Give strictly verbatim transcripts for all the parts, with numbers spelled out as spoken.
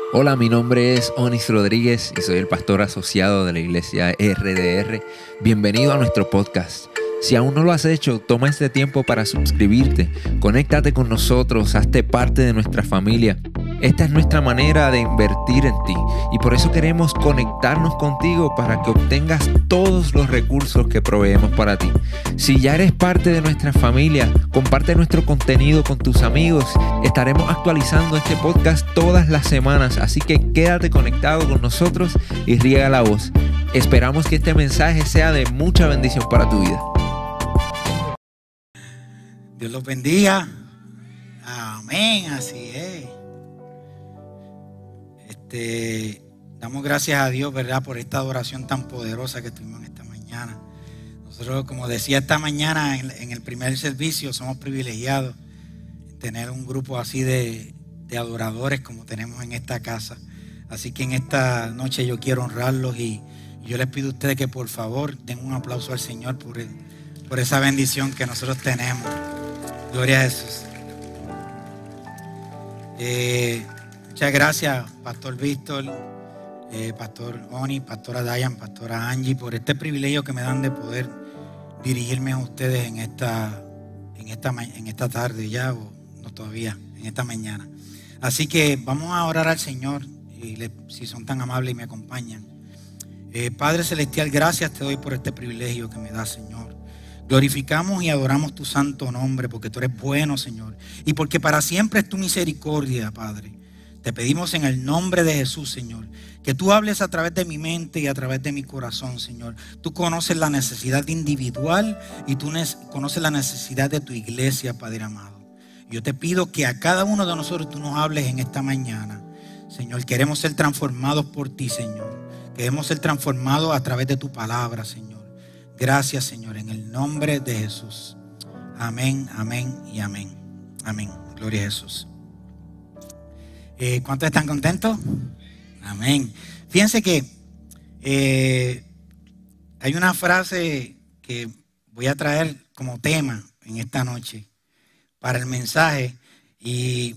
Hola, mi nombre es Onis Rodríguez y soy el pastor asociado de la iglesia R D R. Bienvenido a nuestro podcast. Si aún no lo has hecho, toma este tiempo para suscribirte, conéctate con nosotros, hazte parte de nuestra familia. Esta es nuestra manera de invertir en ti y por eso queremos conectarnos contigo para que obtengas todos los recursos que proveemos para ti. Si ya eres parte de nuestra familia, comparte nuestro contenido con tus amigos. Estaremos actualizando este podcast todas las semanas, así que quédate conectado con nosotros y riega la voz. Esperamos que este mensaje sea de mucha bendición para tu vida. Dios los bendiga. Amén, así es. Este, damos gracias a Dios, ¿verdad?, por esta adoración tan poderosa que tuvimos esta mañana. Nosotros, como decía esta mañana en, en el primer servicio, somos privilegiados en tener un grupo así de, de adoradores como tenemos en esta casa. Así que en esta noche yo quiero honrarlos y yo les pido a ustedes que por favor den un aplauso al Señor por, el, por esa bendición que nosotros tenemos. Gloria a Jesús. Eh, muchas gracias, Pastor Víctor, eh, Pastor Oni, Pastora Dayan, Pastora Angie, por este privilegio que me dan de poder dirigirme a ustedes en esta, en esta, en esta tarde ya, o no todavía, en esta mañana. Así que vamos a orar al Señor, y le, si son tan amables y me acompañan. Eh, Padre Celestial, gracias te doy por este privilegio que me das, Señor. Glorificamos y adoramos tu santo nombre porque tú eres bueno, Señor, y porque para siempre es tu misericordia, Padre. Te pedimos en el nombre de Jesús, Señor, que tú hables a través de mi mente y a través de mi corazón, Señor. Tú conoces la necesidad individual y tú conoces la necesidad de tu iglesia, Padre amado. Yo te pido que a cada uno de nosotros tú nos hables en esta mañana, Señor. Queremos ser transformados por ti, Señor. Queremos ser transformados a través de tu palabra, Señor. Gracias, Señor, en el nombre de Jesús. Amén, amén y amén. Amén. Gloria a Jesús. Eh, ¿Cuántos están contentos? Amén. Fíjense que eh, hay una frase que voy a traer como tema en esta noche para el mensaje, y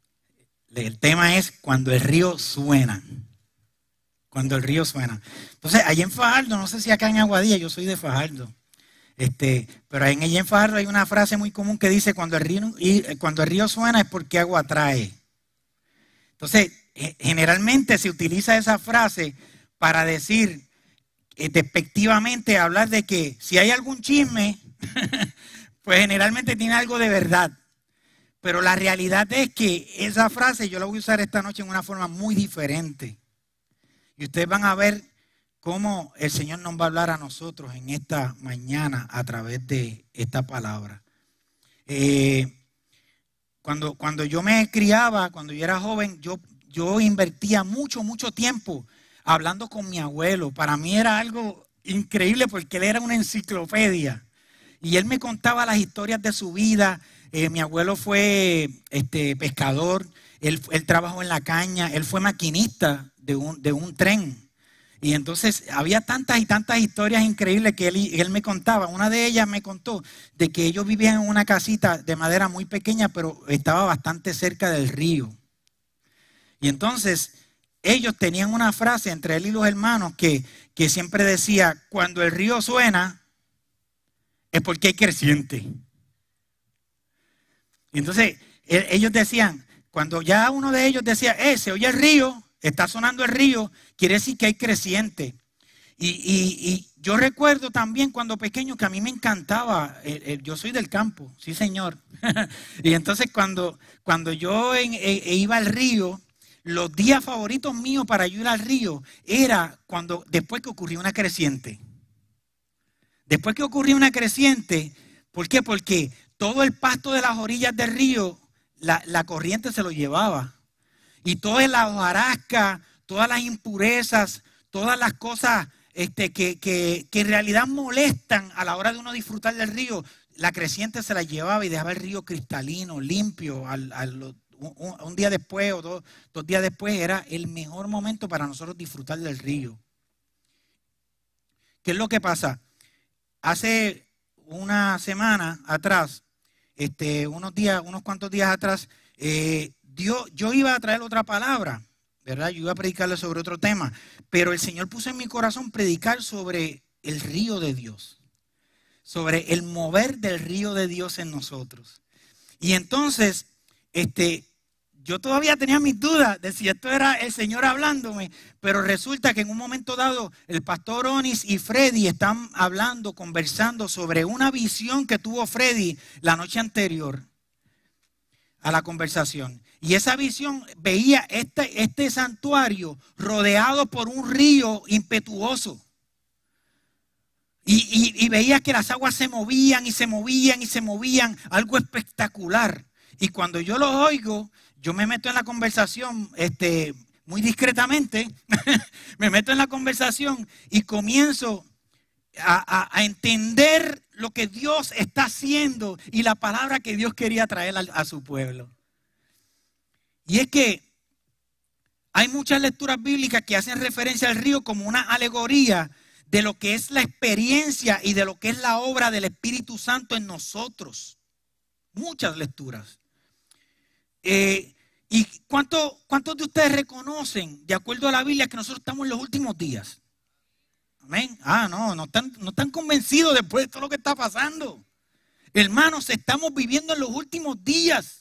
el tema es cuando el río suena. Cuando el río suena. Entonces, allá en Fajardo, no sé si acá en Aguadilla, yo soy de Fajardo, este, pero allá en Fajardo hay una frase muy común que dice: cuando el río, cuando el río suena es porque agua trae. Entonces, generalmente se utiliza esa frase para decir, eh, despectivamente, hablar de que si hay algún chisme, pues generalmente tiene algo de verdad. Pero la realidad es que esa frase yo la voy a usar esta noche en una forma muy diferente. Y ustedes van a ver cómo el Señor nos va a hablar a nosotros en esta mañana a través de esta palabra. Eh, cuando, cuando yo me criaba, cuando yo era joven, yo, yo invertía mucho, mucho tiempo hablando con mi abuelo. Para mí era algo increíble porque él era una enciclopedia. Y él me contaba las historias de su vida. Eh, mi abuelo fue este, pescador, él, él trabajó en la caña, él fue maquinista de un, de un tren. Y entonces había tantas y tantas historias increíbles que él, él me contaba. Una de ellas me contó de que ellos vivían en una casita de madera muy pequeña, pero estaba bastante cerca del río. Y entonces ellos tenían una frase entre él y los hermanos que, que siempre decía: cuando el río suena es porque hay creciente. Y entonces ellos decían, cuando ya uno de ellos decía, eh, se oye el río, está sonando el río, quiere decir que hay creciente. Y, y, y yo recuerdo también cuando pequeño que a mí me encantaba, eh, eh, yo soy del campo, sí señor. Y entonces cuando, cuando yo en, eh, iba al río, los días favoritos míos para yo ir al río era cuando, después que ocurría una creciente. Después que ocurría una creciente, ¿por qué? Porque todo el pasto de las orillas del río, la, la corriente se lo llevaba. Y toda la hojarasca, todas las impurezas, todas las cosas este, que, que, que en realidad molestan a la hora de uno disfrutar del río, la creciente se las llevaba y dejaba el río cristalino, limpio. Al, al, un, un día después o dos, dos días después era el mejor momento para nosotros disfrutar del río. ¿Qué es lo que pasa? Hace una semana atrás, este, unos días, unos cuantos días atrás, eh, Dios, yo iba a traer otra palabra, ¿verdad? Yo iba a predicarle sobre otro tema, pero el Señor puso en mi corazón predicar sobre el río de Dios, sobre el mover del río de Dios en nosotros. Y entonces, este, yo todavía tenía mis dudas de si esto era el Señor hablándome, pero resulta que en un momento dado el pastor Onis y Freddy están hablando, conversando sobre una visión que tuvo Freddy la noche anterior a la conversación. Y esa visión veía este, este santuario rodeado por un río impetuoso. Y, y, y veía que las aguas se movían y se movían y se movían, algo espectacular. Y cuando yo los oigo, yo me meto en la conversación este, muy discretamente, me meto en la conversación y comienzo a, a, a entender lo que Dios está haciendo y la palabra que Dios quería traer a, a su pueblo. Y es que hay muchas lecturas bíblicas que hacen referencia al río como una alegoría de lo que es la experiencia y de lo que es la obra del Espíritu Santo en nosotros. Muchas lecturas. Eh, ¿Y cuántos cuántos de ustedes reconocen, de acuerdo a la Biblia, que nosotros estamos en los últimos días? Amén. Ah, no, no están, no están convencidos después de todo lo que está pasando. Hermanos, estamos viviendo en los últimos días.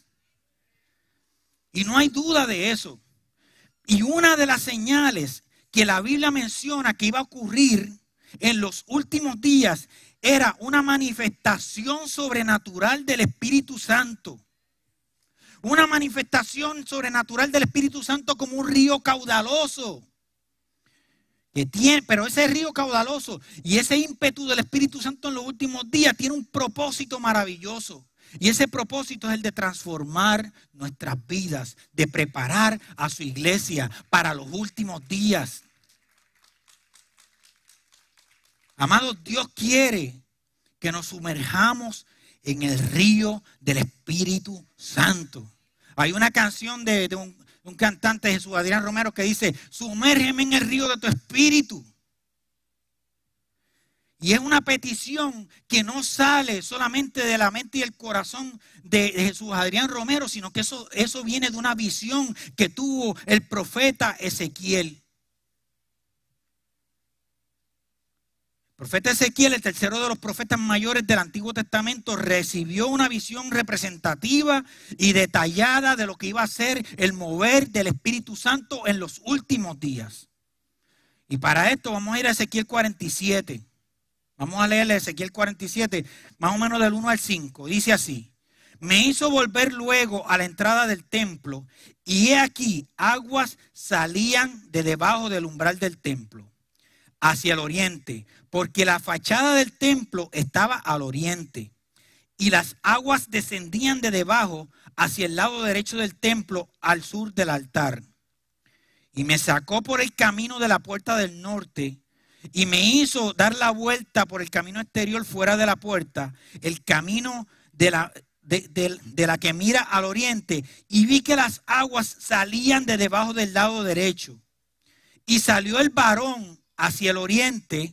Y no hay duda de eso. Y una de las señales que la Biblia menciona que iba a ocurrir en los últimos días era una manifestación sobrenatural del Espíritu Santo. Una manifestación sobrenatural del Espíritu Santo como un río caudaloso. Que tiene, pero ese río caudaloso y ese ímpetu del Espíritu Santo en los últimos días tiene un propósito maravilloso. Y ese propósito es el de transformar nuestras vidas, de preparar a su iglesia para los últimos días. Amados, Dios quiere que nos sumerjamos en el río del Espíritu Santo. Hay una canción de, de un, un cantante, Jesús Adrián Romero, que dice: sumérgeme en el río de tu espíritu. Y es una petición que no sale solamente de la mente y el corazón de Jesús Adrián Romero, sino que eso, eso viene de una visión que tuvo el profeta Ezequiel. El profeta Ezequiel, el tercero de los profetas mayores del Antiguo Testamento, recibió una visión representativa y detallada de lo que iba a ser el mover del Espíritu Santo en los últimos días. Y para esto vamos a ir a Ezequiel cuarenta y siete. Vamos a leerle Ezequiel cuarenta y siete, más o menos del uno al cinco. Dice así: me hizo volver luego a la entrada del templo, y he aquí aguas salían de debajo del umbral del templo, hacia el oriente, porque la fachada del templo estaba al oriente, y las aguas descendían de debajo hacia el lado derecho del templo, al sur del altar. Y me sacó por el camino de la puerta del norte, y me hizo dar la vuelta por el camino exterior fuera de la puerta, el camino de la, de, de, de la que mira al oriente, y vi que las aguas salían de debajo del lado derecho. Y salió el varón hacia el oriente,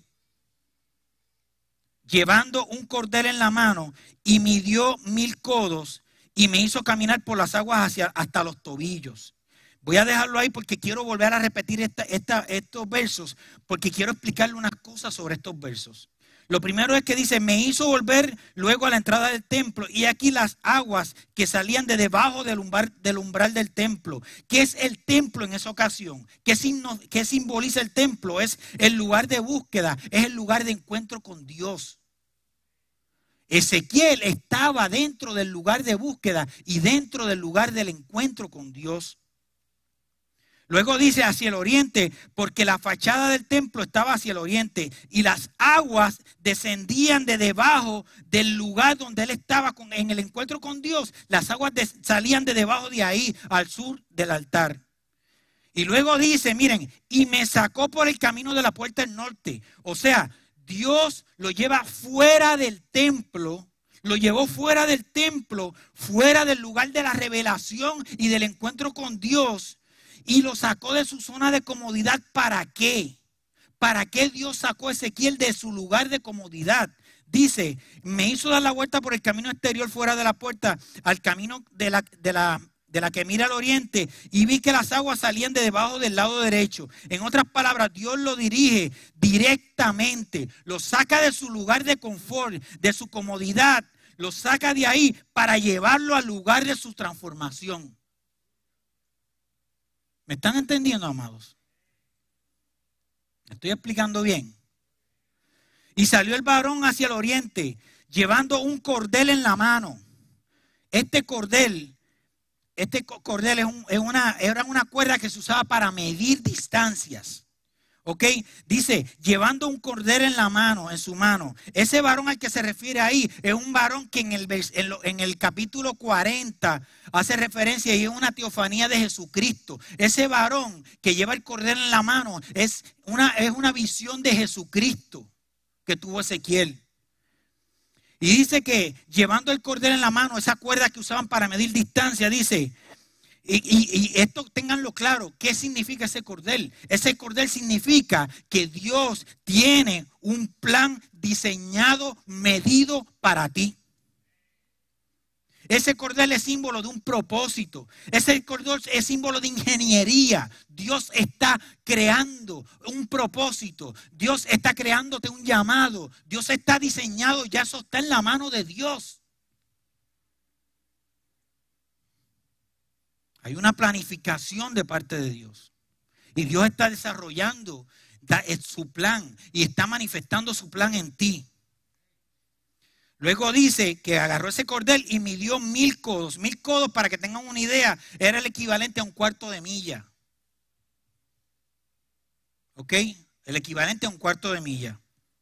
llevando un cordel en la mano, y midió mil codos, y me hizo caminar por las aguas hacia, hasta los tobillos. Voy a dejarlo ahí porque quiero volver a repetir esta, esta, estos versos, porque quiero explicarle unas cosas sobre estos versos. Lo primero es que dice: me hizo volver luego a la entrada del templo, y aquí las aguas que salían de debajo del umbral, del umbral del templo. ¿Qué es el templo en esa ocasión? ¿Qué, signo, ¿Qué simboliza el templo? Es el lugar de búsqueda, es el lugar de encuentro con Dios. Ezequiel estaba dentro del lugar de búsqueda y dentro del lugar del encuentro con Dios. Luego dice hacia el oriente, porque la fachada del templo estaba hacia el oriente, y las aguas descendían de debajo del lugar donde él estaba con, en el encuentro con Dios. Las aguas de, salían de debajo de ahí, al sur del altar. Y luego dice, miren, y me sacó por el camino de la puerta del norte. O sea, Dios lo lleva fuera del templo, lo llevó fuera del templo, fuera del lugar de la revelación y del encuentro con Dios. Y lo sacó de su zona de comodidad. ¿Para qué? ¿Para qué Dios sacó a Ezequiel de su lugar de comodidad? Dice, me hizo dar la vuelta por el camino exterior fuera de la puerta, al camino de la, de la, de la que mira al oriente, y vi que las aguas salían de debajo del lado derecho. En otras palabras, Dios lo dirige directamente, lo saca de su lugar de confort, de su comodidad, lo saca de ahí para llevarlo al lugar de su transformación. ¿Me están entendiendo, amados? ¿Me estoy explicando bien? Y salió el varón hacia el oriente, llevando un cordel en la mano. Este cordel, este cordel es, un, es una, era una cuerda que se usaba para medir distancias. ¿Ok? Dice, llevando un cordel en la mano, en su mano. Ese varón al que se refiere ahí es un varón que en el, en, lo, en el capítulo cuarenta hace referencia y es una teofanía de Jesucristo. Ese varón que lleva el cordel en la mano es una, es una visión de Jesucristo que tuvo Ezequiel. Y dice que llevando el cordel en la mano, esa cuerda que usaban para medir distancia, dice... Y, y, y esto ténganlo claro, ¿qué significa ese cordel? Ese cordel significa que Dios tiene un plan diseñado, medido para ti. Ese cordel es símbolo de un propósito. Ese cordel es símbolo de ingeniería. Dios está creando un propósito. Dios está creándote un llamado. Dios está diseñado, ya eso está en la mano de Dios. Hay una planificación de parte de Dios. Y Dios está desarrollando su plan y está manifestando su plan en ti. Luego dice que agarró ese cordel y midió mil codos. Mil codos, para que tengan una idea, era el equivalente a un cuarto de milla. ¿Ok? El equivalente a un cuarto de milla.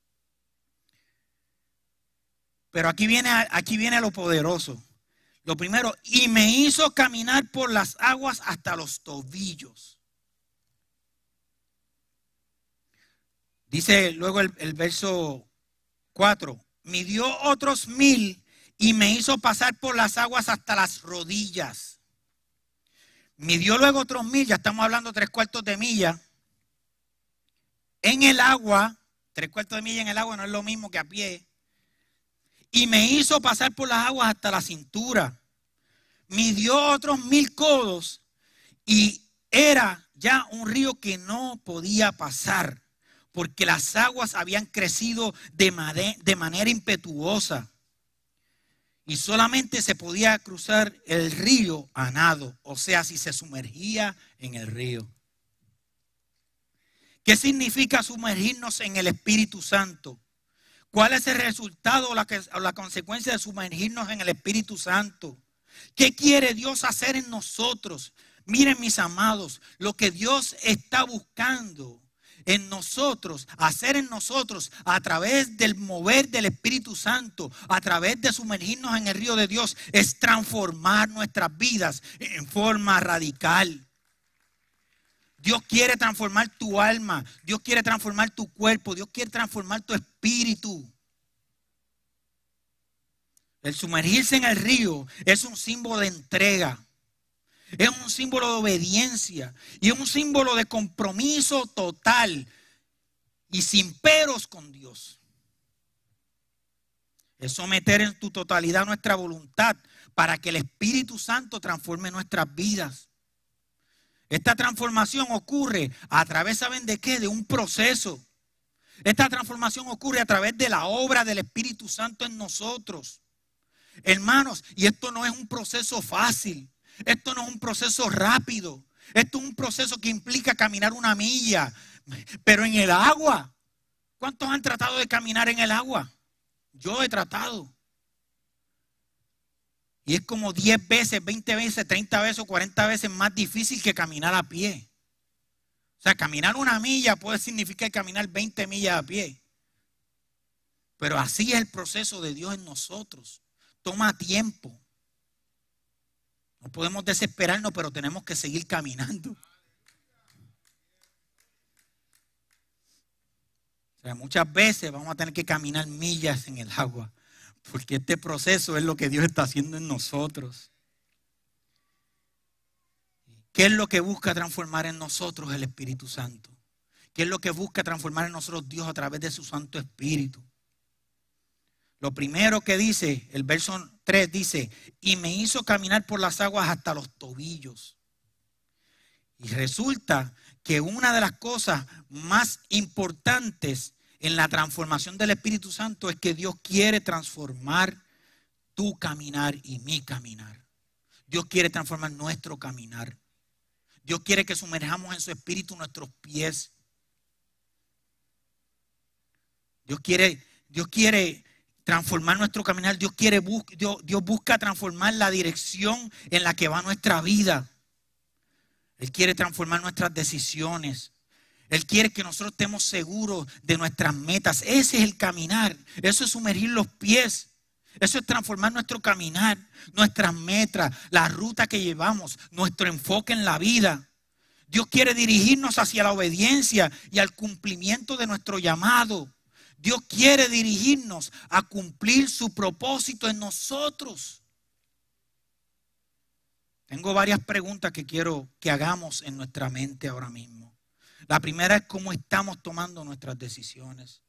Pero aquí viene, aquí viene lo poderoso. Lo primero, y me hizo caminar por las aguas hasta los tobillos. Dice luego el, el verso cuatro, midió otros mil y me hizo pasar por las aguas hasta las rodillas. Midió luego otros mil, ya estamos hablando tres cuartos de milla. En el agua, tres cuartos de milla en el agua no es lo mismo que a pie. Y me hizo pasar por las aguas hasta la cintura. Midió otros mil codos y era ya un río que no podía pasar porque las aguas habían crecido de, made- de manera impetuosa y solamente se podía cruzar el río a nado, o sea, si se sumergía en el río. ¿Qué significa sumergirnos en el Espíritu Santo? ¿Cuál es el resultado o la, que, o la consecuencia de sumergirnos en el Espíritu Santo? ¿Qué quiere Dios hacer en nosotros? Miren, mis amados, lo que Dios está buscando en nosotros, hacer en nosotros a través del mover del Espíritu Santo, a través de sumergirnos en el río de Dios, es transformar nuestras vidas en forma radical. Dios quiere transformar tu alma, Dios quiere transformar tu cuerpo, Dios quiere transformar tu espíritu. El sumergirse en el río es un símbolo de entrega, es un símbolo de obediencia y es un símbolo de compromiso total y sin peros con Dios. Es someter en tu totalidad nuestra voluntad para que el Espíritu Santo transforme nuestras vidas. Esta transformación ocurre a través, ¿saben de qué? De un proceso. Esta transformación ocurre a través de la obra del Espíritu Santo en nosotros. Hermanos, y esto no es un proceso fácil. Esto no es un proceso rápido. Esto es un proceso que implica caminar una milla. Pero en el agua. ¿Cuántos han tratado de caminar en el agua? Yo he tratado. Y es como diez veces, veinte veces, treinta veces o cuarenta veces más difícil que caminar a pie. O sea, caminar una milla puede significar caminar veinte millas a pie. Pero así es el proceso de Dios en nosotros. Toma tiempo. No podemos desesperarnos, pero tenemos que seguir caminando. O sea, muchas veces vamos a tener que caminar millas en el agua. Porque este proceso es lo que Dios está haciendo en nosotros. ¿Qué es lo que busca transformar en nosotros el Espíritu Santo? ¿Qué es lo que busca transformar en nosotros Dios a través de su Santo Espíritu? Lo primero que dice, el verso tres dice, y me hizo caminar por las aguas hasta los tobillos. Y resulta que una de las cosas más importantes en la transformación del Espíritu Santo es que Dios quiere transformar tu caminar y mi caminar. Dios quiere transformar nuestro caminar. Dios quiere que sumerjamos en su Espíritu nuestros pies. Dios quiere, Dios quiere transformar nuestro caminar. Dios quiere, Dios, Dios busca transformar la dirección en la que va nuestra vida. Él quiere transformar nuestras decisiones. Él quiere que nosotros estemos seguros de nuestras metas. Ese es el caminar. Eso es sumergir los pies. Eso es transformar nuestro caminar, nuestras metas, la ruta que llevamos, nuestro enfoque en la vida. Dios quiere dirigirnos hacia la obediencia y al cumplimiento de nuestro llamado. Dios quiere dirigirnos a cumplir su propósito en nosotros. Tengo varias preguntas que quiero que hagamos en nuestra mente ahora mismo. La primera es cómo estamos tomando nuestras decisiones.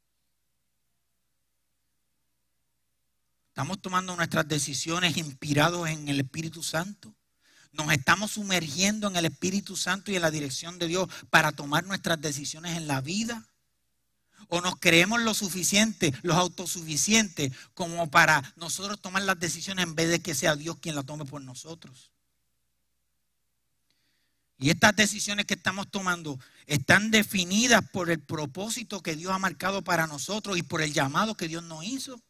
¿Estamos tomando nuestras decisiones inspirados en el Espíritu Santo? ¿Nos estamos sumergiendo en el Espíritu Santo y en la dirección de Dios para tomar nuestras decisiones en la vida? ¿O nos creemos lo suficiente, los autosuficientes, como para nosotros tomar las decisiones en vez de que sea Dios quien las tome por nosotros? Y estas decisiones que estamos tomando están definidas por el propósito que Dios ha marcado para nosotros y por el llamado que Dios nos hizo.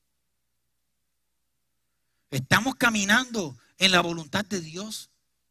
Estamos caminando en la voluntad de Dios.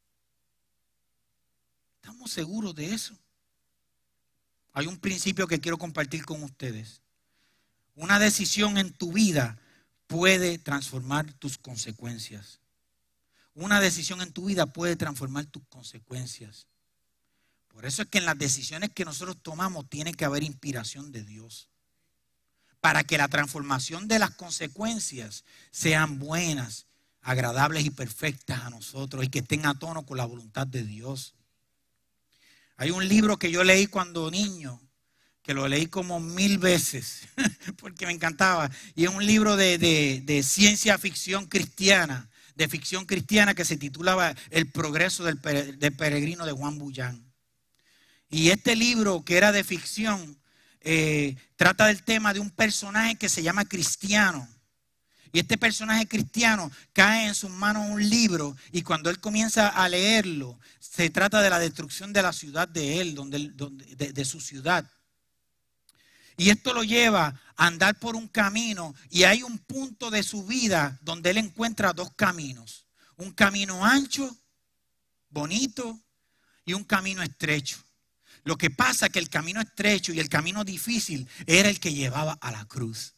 ¿Estamos seguros de eso? Hay un principio que quiero compartir con ustedes. Una decisión en tu vida puede transformar tus consecuencias. Una decisión en tu vida puede transformar tus consecuencias. Por eso es que en las decisiones que nosotros tomamos tiene que haber inspiración de Dios. Para que la transformación de las consecuencias sean buenas, agradables y perfectas a nosotros y que estén a tono con la voluntad de Dios. Hay un libro que yo leí cuando niño, que lo leí como mil veces, porque me encantaba. Y es un libro de, de, de ciencia ficción cristiana, de ficción cristiana que se titulaba El progreso del, del peregrino de Juan Bullán. Y este libro, que era de ficción, Eh, trata del tema de un personaje que se llama Cristiano. Y este personaje cristiano cae en sus manos un libro y cuando él comienza a leerlo, se trata de la destrucción de la ciudad de él, donde, donde, de, de su ciudad. Y esto lo lleva a andar por un camino y hay un punto de su vida donde él encuentra dos caminos. Un camino ancho, bonito, y un camino estrecho. Lo que pasa es que el camino estrecho y el camino difícil era el que llevaba a la cruz.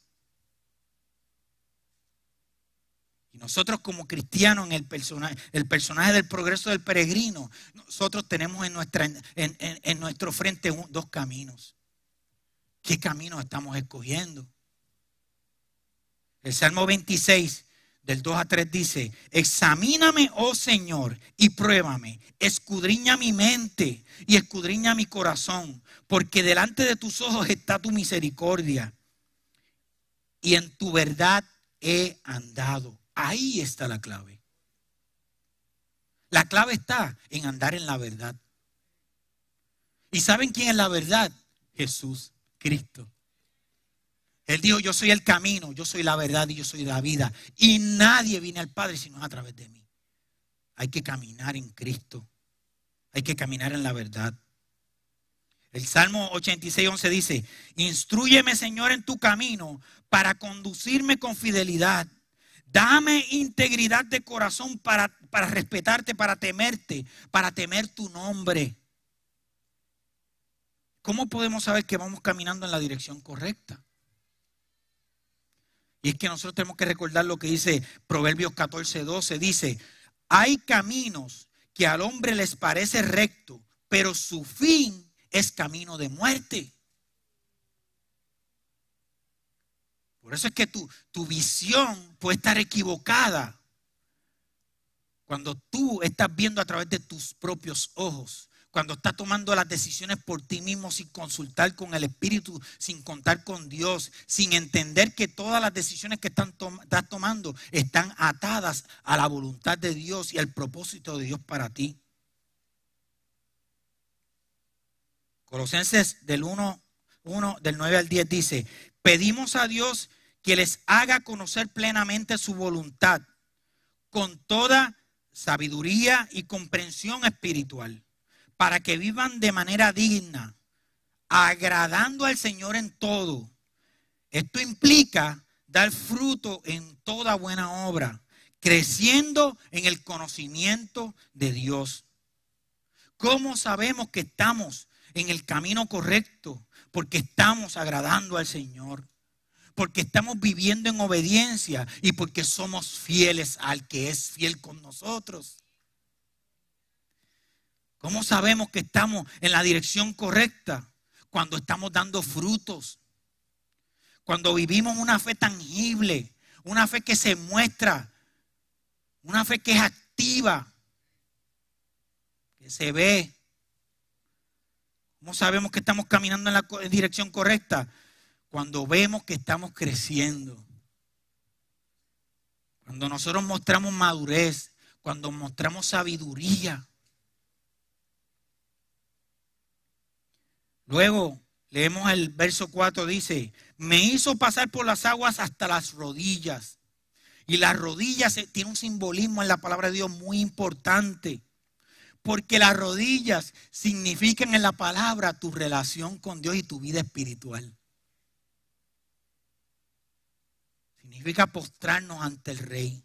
Y nosotros como cristianos en el personaje, el personaje del progreso del peregrino, nosotros tenemos en, nuestra, en, en, en nuestro frente un, dos caminos. ¿Qué camino estamos escogiendo? El Salmo veintiséis, del dos a tres dice, examíname, oh Señor, y pruébame, escudriña mi mente y escudriña mi corazón, porque delante de tus ojos está tu misericordia y en tu verdad he andado. Ahí está la clave. La clave está en andar en la verdad. ¿Y saben quién es la verdad? Jesús, Cristo. Él dijo, yo soy el camino, yo soy la verdad y yo soy la vida. Y nadie viene al Padre si no es a través de mí. Hay que caminar en Cristo. Hay que caminar en la verdad. El Salmo ochenta y seis, once dice, instrúyeme, Señor, en tu camino para conducirme con fidelidad. Dame integridad de corazón para, para respetarte, para temerte, para temer tu nombre. ¿Cómo podemos saber que vamos caminando en la dirección correcta? Y es que nosotros tenemos que recordar lo que dice Proverbios catorce, doce. Dice, hay caminos que al hombre les parece recto, pero su fin es camino de muerte. Por eso es que tu, tu visión puede estar equivocada cuando tú estás viendo a través de tus propios ojos, cuando estás tomando las decisiones por ti mismo sin consultar con el Espíritu, sin contar con Dios, sin entender que todas las decisiones que están tom- estás tomando están atadas a la voluntad de Dios y al propósito de Dios para ti. Colosenses del uno, uno, del nueve al diez dice: pedimos a Dios que les haga conocer plenamente su voluntad con toda sabiduría y comprensión espiritual, para que vivan de manera digna, agradando al Señor en todo. Esto implica dar fruto en toda buena obra, creciendo en el conocimiento de Dios. ¿Cómo sabemos que estamos en el camino correcto? Porque estamos agradando al Señor, porque estamos viviendo en obediencia y porque somos fieles al que es fiel con nosotros. ¿Cómo sabemos que estamos en la dirección correcta? Cuando estamos dando frutos, cuando vivimos una fe tangible, una fe que se muestra, una fe que es activa, que se ve. ¿Cómo sabemos que estamos caminando en la dirección correcta? Cuando vemos que estamos creciendo, cuando nosotros mostramos madurez, cuando mostramos sabiduría. Luego leemos el verso cuatro, dice: me hizo pasar por las aguas hasta las rodillas. Y las rodillas tiene un simbolismo en la palabra de Dios muy importante, porque las rodillas significan en la palabra tu relación con Dios y tu vida espiritual. Significa postrarnos ante el Rey.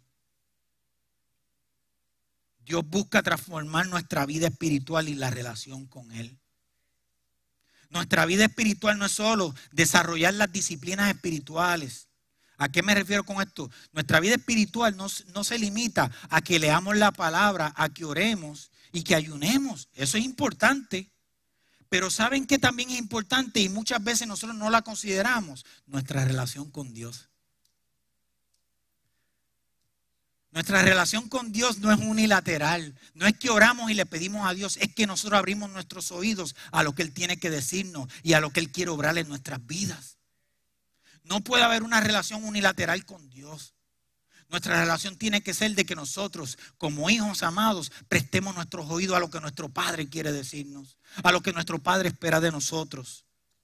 Dios busca transformar nuestra vida espiritual y la relación con Él. Nuestra vida espiritual no es solo desarrollar las disciplinas espirituales. ¿A qué me refiero con esto? Nuestra vida espiritual no, no se limita a que leamos la palabra, a que oremos y que ayunemos. Eso es importante. Pero ¿saben qué también es importante? Y muchas veces nosotros no la consideramos. Nuestra relación con Dios. Nuestra relación con Dios no es unilateral. No es que oramos y le pedimos a Dios. Es que nosotros abrimos nuestros oídos a lo que Él tiene que decirnos y a lo que Él quiere obrar en nuestras vidas. No puede haber una relación unilateral con Dios. Nuestra relación tiene que ser de que nosotros, como hijos amados, prestemos nuestros oídos a lo que nuestro Padre quiere decirnos, a lo que nuestro Padre espera de nosotros.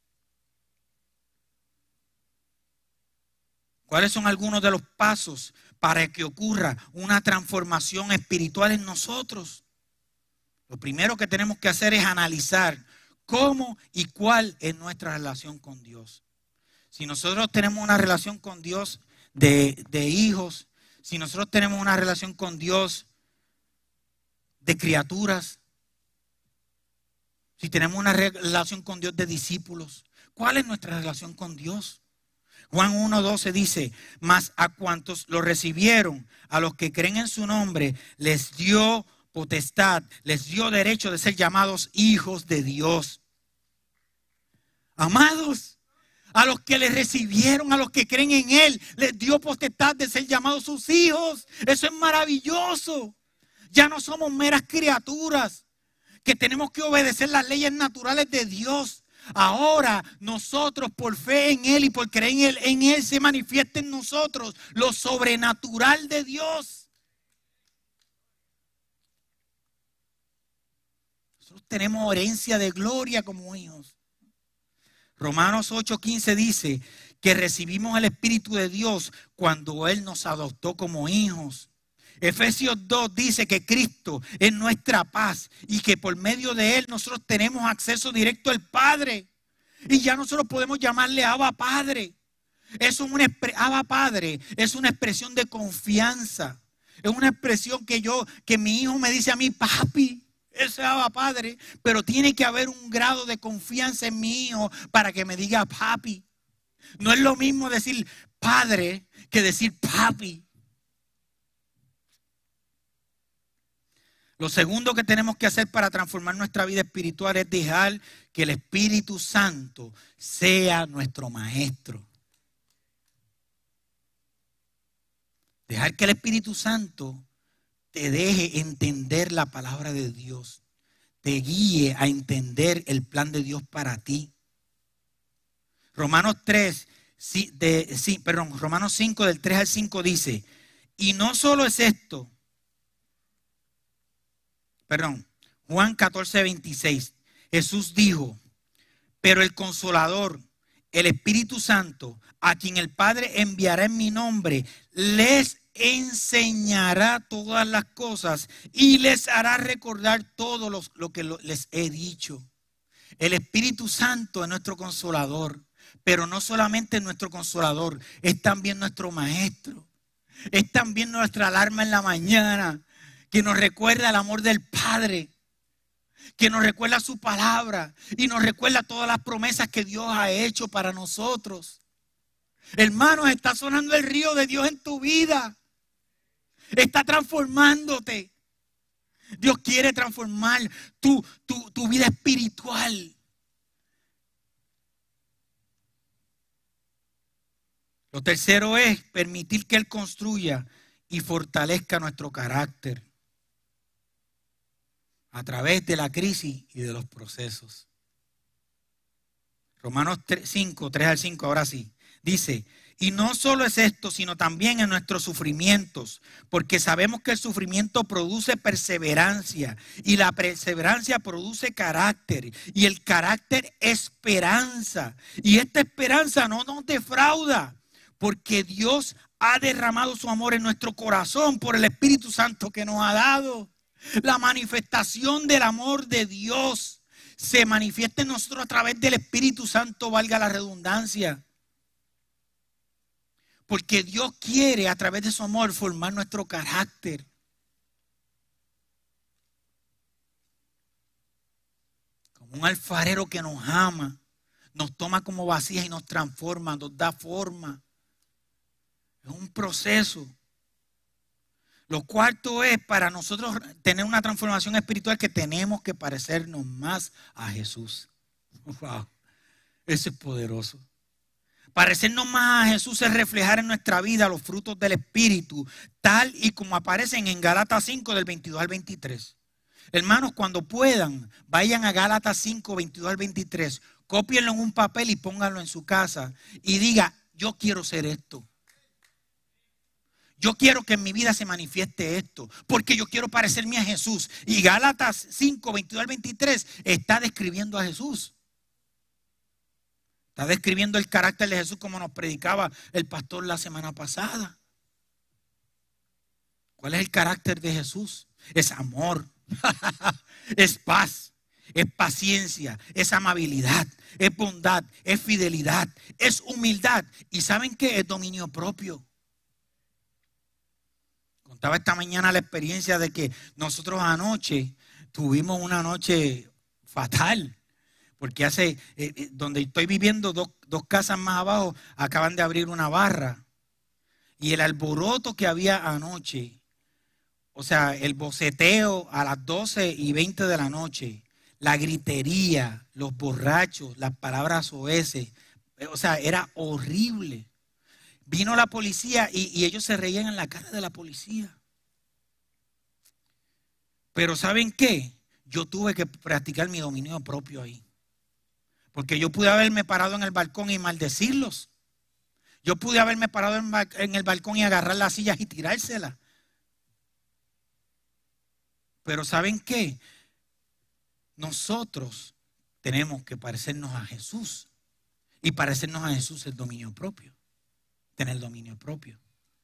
¿Cuáles son algunos de los pasos para que ocurra una transformación espiritual en nosotros? Lo primero que tenemos que hacer es analizar cómo y cuál es nuestra relación con Dios. Si nosotros tenemos una relación con Dios de, de hijos, si nosotros tenemos una relación con Dios de criaturas, si tenemos una relación con Dios de discípulos, ¿cuál es nuestra relación con Dios? Juan uno doce dice: mas a cuantos lo recibieron, a los que creen en su nombre, les dio potestad, les dio derecho de ser llamados hijos de Dios. Amados, a los que le recibieron, a los que creen en Él, les dio potestad de ser llamados sus hijos. Eso es maravilloso. Ya no somos meras criaturas que tenemos que obedecer las leyes naturales de Dios. Ahora nosotros, por fe en Él y por creer en Él, en Él se manifiesta en nosotros lo sobrenatural de Dios. Nosotros tenemos herencia de gloria como hijos. Romanos ocho quince dice que recibimos el Espíritu de Dios cuando Él nos adoptó como hijos. Efesios dos dice que Cristo es nuestra paz y que por medio de Él nosotros tenemos acceso directo al Padre. Y ya nosotros podemos llamarle Abba Padre. Eso es una, Abba Padre es una expresión de confianza. Es una expresión que yo, que mi hijo me dice a mí, papi. Ese es Abba Padre. Pero tiene que haber un grado de confianza en mi hijo para que me diga papi. No es lo mismo decir padre que decir papi. Lo segundo que tenemos que hacer para transformar nuestra vida espiritual es dejar que el Espíritu Santo sea nuestro maestro. Dejar que el Espíritu Santo te deje entender la palabra de Dios. te guíe a entender el plan de Dios para ti. Romanos tres, sí, de, sí, perdón, Romanos cinco del tres al cinco dice, y no solo es esto, perdón, Juan catorce, veintiséis, Jesús dijo, pero el Consolador, el Espíritu Santo, a quien el Padre enviará en mi nombre, les enseñará todas las cosas y les hará recordar todo lo, lo que lo, les he dicho. El Espíritu Santo es nuestro Consolador, pero no solamente nuestro Consolador, es también nuestro Maestro. Es también nuestra alarma en la mañana, que nos recuerda el amor del Padre, que nos recuerda su palabra y nos recuerda todas las promesas que Dios ha hecho para nosotros. Hermanos, está sonando el río de Dios en tu vida. Está transformándote. Dios quiere transformar tu, tu, tu vida espiritual. Lo tercero es permitir que Él construya y fortalezca nuestro carácter a través de la crisis y de los procesos. Romanos cinco, tres al cinco, ahora sí. Dice, y no solo es esto, sino también en nuestros sufrimientos, porque sabemos que el sufrimiento produce perseverancia y la perseverancia produce carácter y el carácter esperanza. Y esta esperanza no nos defrauda, porque Dios ha derramado su amor en nuestro corazón por el Espíritu Santo que nos ha dado. La manifestación del amor de Dios se manifiesta en nosotros a través del Espíritu Santo, valga la redundancia. Porque Dios quiere a través de su amor formar nuestro carácter. Como un alfarero que nos ama, nos toma como vasijas y nos transforma, nos da forma. Es un proceso. Lo cuarto es para nosotros tener una transformación espiritual que tenemos que parecernos más a Jesús. Wow, eso es poderoso. Parecernos más a Jesús es reflejar en nuestra vida los frutos del Espíritu, tal y como aparecen en Gálatas cinco del veintidós al veintitrés. Hermanos, cuando puedan, vayan a Gálatas cinco, veintidós al veintitrés, cópienlo en un papel y pónganlo en su casa y diga, yo quiero ser esto. Yo quiero que en mi vida se manifieste esto, porque yo quiero parecerme a Jesús. Y Gálatas cinco, veintidós al veintitrés está describiendo a Jesús. Está describiendo el carácter de Jesús como nos predicaba el pastor la semana pasada. ¿Cuál es el carácter de Jesús? Es amor, es paz, es paciencia, es amabilidad, es bondad, es fidelidad, es humildad. ¿Y saben qué? Es dominio propio. Contaba esta mañana la experiencia de que nosotros anoche tuvimos una noche fatal. Porque hace, eh, donde estoy viviendo, dos, dos casas más abajo, acaban de abrir una barra. Y el alboroto que había anoche, o sea, el boceteo a las doce y veinte de la noche, la gritería, los borrachos, las palabras soeces, o sea, era horrible. Vino la policía y, y ellos se reían en la cara de la policía. Pero ¿saben qué? Yo tuve que practicar mi dominio propio ahí. Porque yo pude haberme parado en el balcón y maldecirlos. Yo pude haberme parado en el balcón y agarrar las sillas y tirárselas. Pero ¿saben qué? Nosotros tenemos que parecernos a Jesús. Y parecernos a Jesús es dominio propio. Tener dominio propio.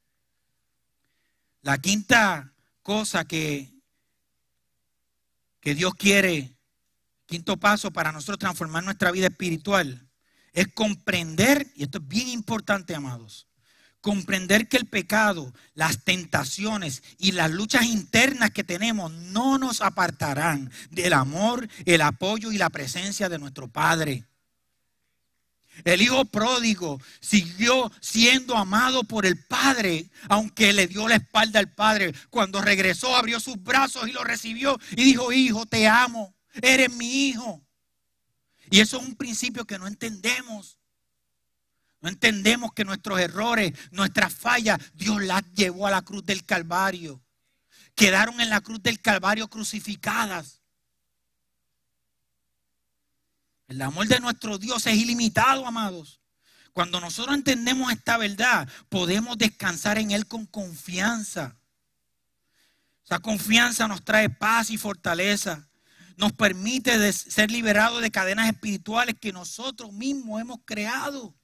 La quinta cosa que, que Dios quiere, quinto paso para nosotros transformar nuestra vida espiritual, es comprender, y esto es bien importante, amados, comprender que el pecado, las tentaciones y las luchas internas que tenemos no nos apartarán del amor, el apoyo y la presencia de nuestro Padre. El hijo pródigo siguió siendo amado por el Padre, aunque le dio la espalda al Padre. Cuando regresó, abrió sus brazos y lo recibió y dijo, hijo, te amo, eres mi hijo. Y eso es un principio que no entendemos. No entendemos que nuestros errores, nuestras fallas, Dios las llevó a la cruz del Calvario. Quedaron en la cruz del Calvario crucificadas. El amor de nuestro Dios es ilimitado, amados. Cuando nosotros entendemos esta verdad, podemos descansar en Él con confianza. Esa confianza nos trae paz y fortaleza. Nos permite ser liberados de cadenas espirituales que nosotros mismos hemos creado.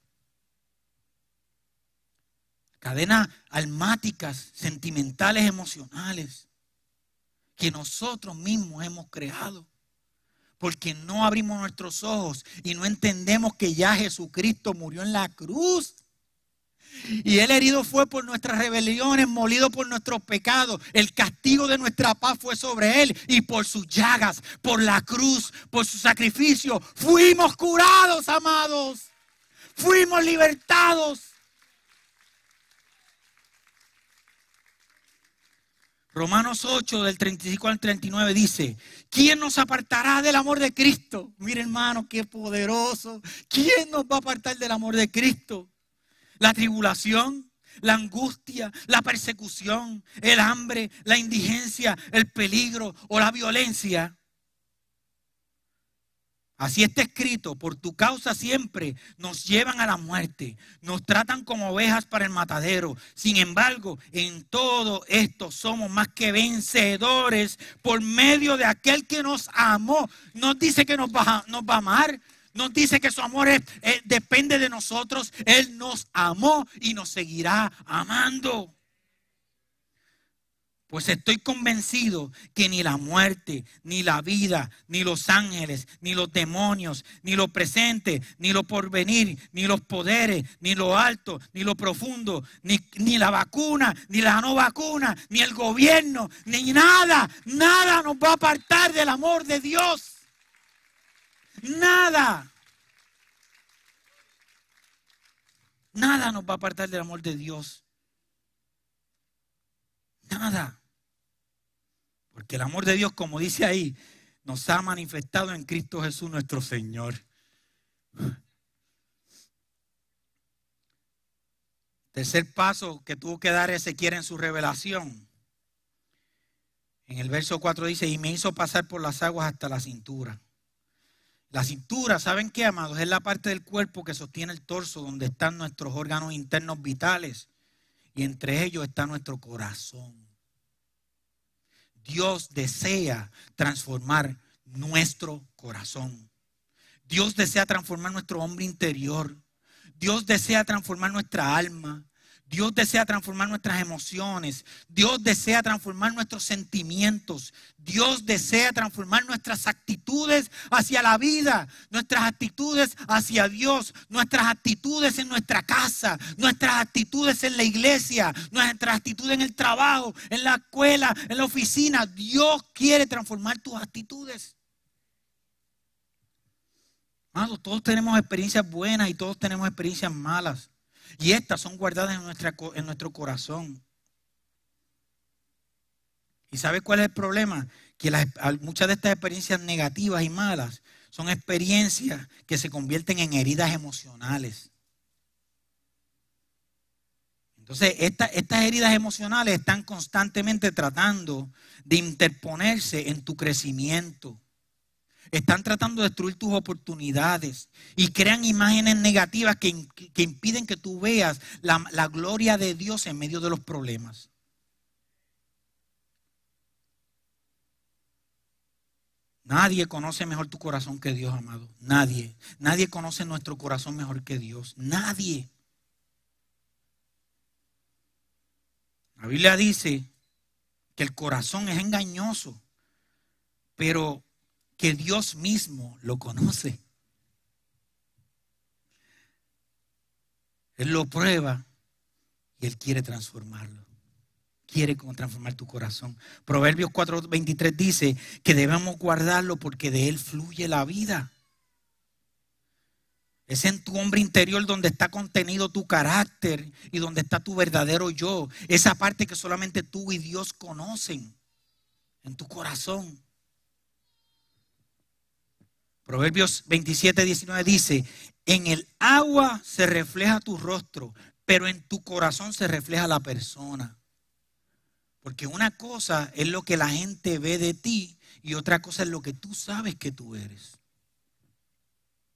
Cadenas almáticas, sentimentales, emocionales, que nosotros mismos hemos creado. Porque no abrimos nuestros ojos y no entendemos que ya Jesucristo murió en la cruz. Y Él herido fue por nuestras rebeliones, molido por nuestros pecados. El castigo de nuestra paz fue sobre Él. Y por sus llagas, por la cruz, por su sacrificio, fuimos curados, amados. Fuimos libertados. Romanos ocho, del treinta y cinco al treinta y nueve dice: ¿quién nos apartará del amor de Cristo? Mira, hermano, qué poderoso. ¿Quién nos va a apartar del amor de Cristo? La tribulación, la angustia, la persecución, el hambre, la indigencia, el peligro o la violencia. Así está escrito: por tu causa siempre nos llevan a la muerte, nos tratan como ovejas para el matadero. Sin embargo, en todo esto somos más que vencedores por medio de aquel que nos amó. Nos dice que nos va, nos va a amar, nos dice que su amor es, es, depende de nosotros. Él nos amó y nos seguirá amando. Pues estoy convencido que ni la muerte, ni la vida, ni los ángeles, ni los demonios, ni lo presente, ni lo porvenir, ni los poderes, ni lo alto, ni lo profundo, ni, ni la vacuna, ni la no vacuna, ni el gobierno, ni nada, nada nos va a apartar del amor de Dios. Nada. Nada nos va a apartar del amor de Dios. Nada. Porque el amor de Dios, como dice ahí, nos ha manifestado en Cristo Jesús nuestro Señor. Tercer paso que tuvo que dar Ezequiel en su revelación. En el verso cuatro dice: y me hizo pasar por las aguas hasta la cintura. La cintura, ¿saben qué, amados? Es la parte del cuerpo que sostiene el torso, donde están nuestros órganos internos vitales. Y entre ellos está nuestro corazón. Dios desea transformar nuestro corazón. Dios desea transformar nuestro hombre interior. Dios desea transformar nuestra alma. Dios desea transformar nuestras emociones. Dios desea transformar nuestros sentimientos. Dios desea transformar nuestras actitudes hacia la vida, nuestras actitudes hacia Dios, nuestras actitudes en nuestra casa, nuestras actitudes en la iglesia, nuestras actitudes en el trabajo, en la escuela, en la oficina. Dios quiere transformar tus actitudes. Amados, todos tenemos experiencias buenas y todos tenemos experiencias malas. Y estas son guardadas en, nuestra, en nuestro corazón. ¿Y sabe cuál es el problema? Que las, muchas de estas experiencias negativas y malas son experiencias que se convierten en heridas emocionales. Entonces, esta, estas heridas emocionales están constantemente tratando de interponerse en tu crecimiento. Están tratando de destruir tus oportunidades y crean imágenes negativas que, que impiden que tú veas la, la gloria de Dios en medio de los problemas. Nadie conoce mejor tu corazón que Dios, amado. Nadie. Nadie conoce nuestro corazón mejor que Dios. Nadie. La Biblia dice que el corazón es engañoso, pero que Dios mismo lo conoce. Él lo prueba y Él quiere transformarlo. Quiere transformar tu corazón. Proverbios cuatro veintitrés dice que debemos guardarlo porque de Él fluye la vida. Es en tu hombre interior donde está contenido tu carácter y donde está tu verdadero yo. Esa parte que solamente tú y Dios conocen. En tu corazón. Proverbios veintisiete diecinueve dice: en el agua se refleja tu rostro, pero en tu corazón se refleja la persona. Porque una cosa es lo que la gente ve de ti y otra cosa es lo que tú sabes que tú eres.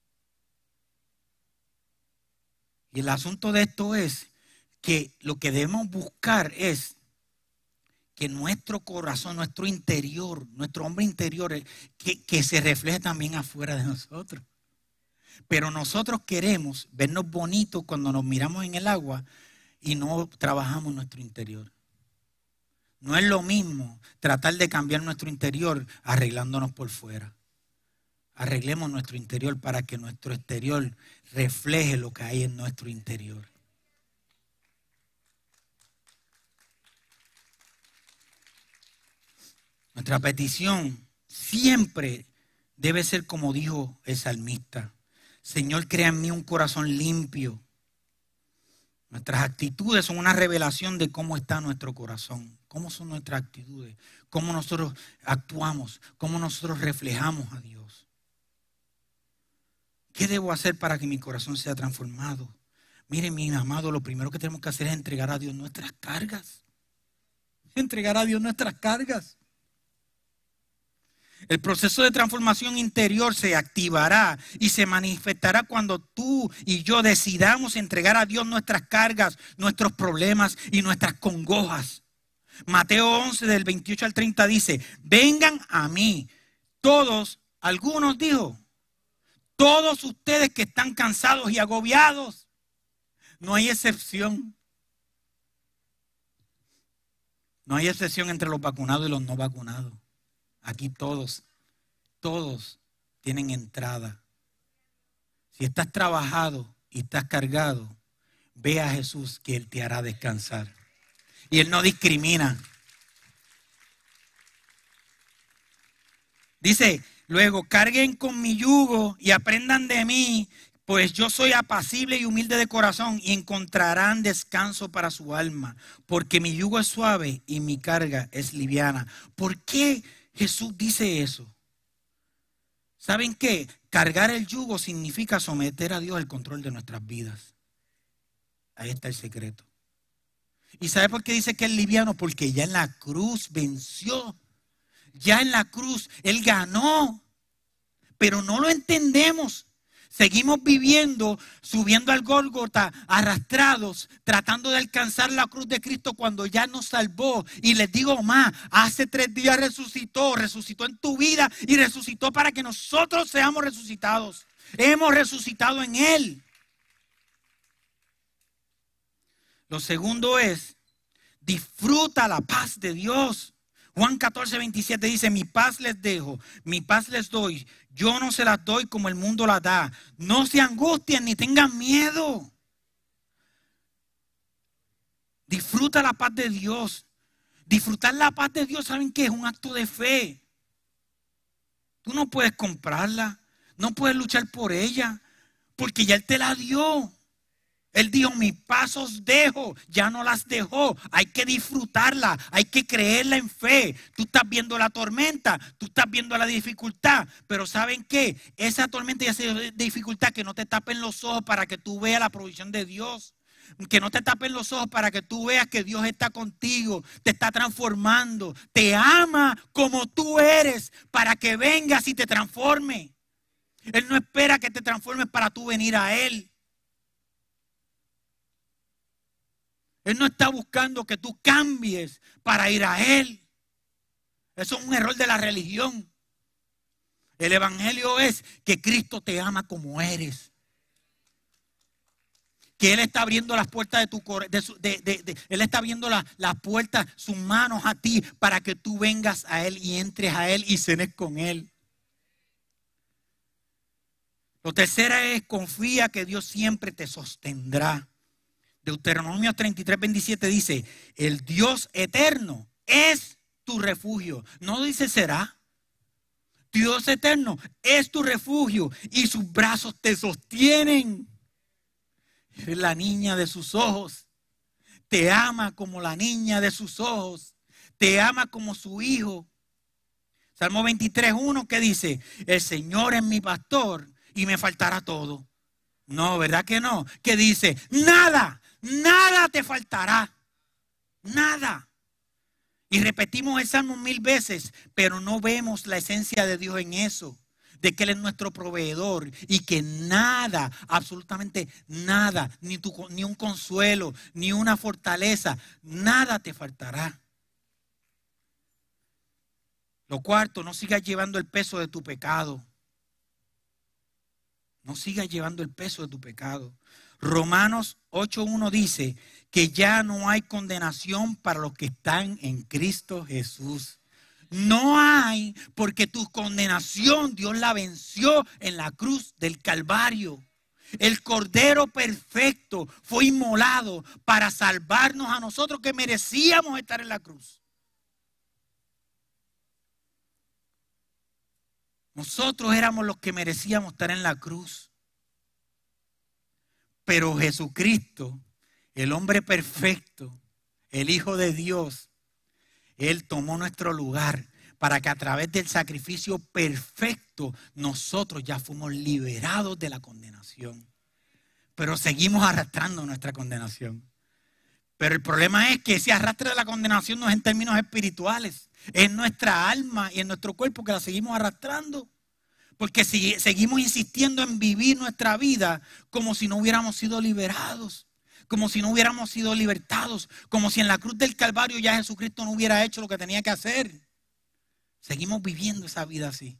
Y el asunto de esto es que lo que debemos buscar es que nuestro corazón, nuestro interior, nuestro hombre interior, que, que se refleje también afuera de nosotros. Pero nosotros queremos vernos bonitos cuando nos miramos en el agua y no trabajamos nuestro interior. No es lo mismo tratar de cambiar nuestro interior arreglándonos por fuera. Arreglemos nuestro interior para que nuestro exterior refleje lo que hay en nuestro interior. Nuestra petición siempre debe ser como dijo el salmista. Señor, crea en mí un corazón limpio. Nuestras actitudes son una revelación de cómo está nuestro corazón. Cómo son nuestras actitudes. Cómo nosotros actuamos. Cómo nosotros reflejamos a Dios. ¿Qué debo hacer para que mi corazón sea transformado? Miren, mis amados, lo primero que tenemos que hacer es entregar a Dios nuestras cargas. Entregar a Dios nuestras cargas. El proceso de transformación interior se activará y se manifestará cuando tú y yo decidamos entregar a Dios nuestras cargas, nuestros problemas y nuestras congojas. Mateo once del veintiocho al treinta dice, vengan a mí todos, algunos dijo, todos ustedes que están cansados y agobiados. No hay excepción. No hay excepción entre los vacunados y los no vacunados. Aquí todos, todos tienen entrada. Si estás trabajado y estás cargado, ve a Jesús que Él te hará descansar. Y Él no discrimina. Dice, luego carguen con mi yugo y aprendan de mí, pues yo soy apacible y humilde de corazón y encontrarán descanso para su alma, porque mi yugo es suave y mi carga es liviana. ¿Por qué Jesús dice eso? ¿Saben qué? Cargar el yugo significa someter a Dios el control de nuestras vidas. Ahí está el secreto. ¿Y sabe por qué dice que es liviano? Porque ya en la cruz venció. Ya en la cruz Él ganó. Pero no lo entendemos. Seguimos viviendo, subiendo al Gólgota, arrastrados, tratando de alcanzar la cruz de Cristo cuando ya nos salvó. Y les digo más, hace tres días resucitó, resucitó en tu vida y resucitó para que nosotros seamos resucitados. Hemos resucitado en Él. Lo segundo es, disfruta la paz de Dios. Juan catorce, veintisiete dice, mi paz les dejo, mi paz les doy. Yo no se las doy como el mundo las da. No se angustien ni tengan miedo. Disfruta la paz de Dios. Disfrutar la paz de Dios, ¿saben qué? Es un acto de fe. Tú no puedes comprarla. No puedes luchar por ella. Porque ya Él te la dio. Él dijo, mis pasos dejo, ya no las dejó. Hay que disfrutarla, hay que creerla en fe. Tú estás viendo la tormenta, tú estás viendo la dificultad. Pero ¿saben qué? Esa tormenta y esa dificultad que no te tapen los ojos para que tú veas la provisión de Dios. Que no te tapen los ojos para que tú veas que Dios está contigo, te está transformando. Te ama como tú eres para que vengas y te transforme. Él no espera que te transformes para tú venir a Él. Él no está buscando que tú cambies para ir a Él. Eso es un error de la religión. El evangelio es que Cristo te ama como eres. Que Él está abriendo las puertas de tu corazón. De, de, de, Él está abriendo la, las puertas, sus manos a ti para que tú vengas a Él y entres a Él y cenes con Él. Lo tercero es confía que Dios siempre te sostendrá. Deuteronomio treinta y tres, veintisiete dice, el Dios eterno es tu refugio. No dice será. Dios eterno es tu refugio y sus brazos te sostienen. Eres la niña de sus ojos. Te ama como la niña de sus ojos. Te ama como su hijo. Salmo veintitrés, uno que dice, el Señor es mi pastor y me faltará todo. No, ¿verdad que no? Que dice, nada. Nada te faltará. Nada. Y repetimos el Salmo mil veces, pero no vemos la esencia de Dios en eso. de que Él es nuestro proveedor y que nada, absolutamente nada, ni, tu, ni un consuelo, ni una fortaleza, nada te faltará. Lo cuarto, no sigas llevando el peso de tu pecado. No sigas llevando el peso de tu pecado. Romanos ocho uno dice que ya no hay condenación para los que están en Cristo Jesús. No hay, porque tu condenación Dios la venció en la cruz del Calvario. El Cordero perfecto fue inmolado para salvarnos a nosotros que merecíamos estar en la cruz. Nosotros éramos los que merecíamos estar en la cruz. Pero Jesucristo, el hombre perfecto, el Hijo de Dios, Él tomó nuestro lugar para que a través del sacrificio perfecto nosotros ya fuimos liberados de la condenación. Pero seguimos arrastrando nuestra condenación. Pero el problema es que ese arrastre de la condenación no es en términos espirituales. Es en nuestra alma y en nuestro cuerpo que la seguimos arrastrando. Porque si seguimos insistiendo en vivir nuestra vida como si no hubiéramos sido liberados. Como si no hubiéramos sido libertados. Como si en la cruz del Calvario ya Jesucristo no hubiera hecho lo que tenía que hacer. Seguimos viviendo esa vida así.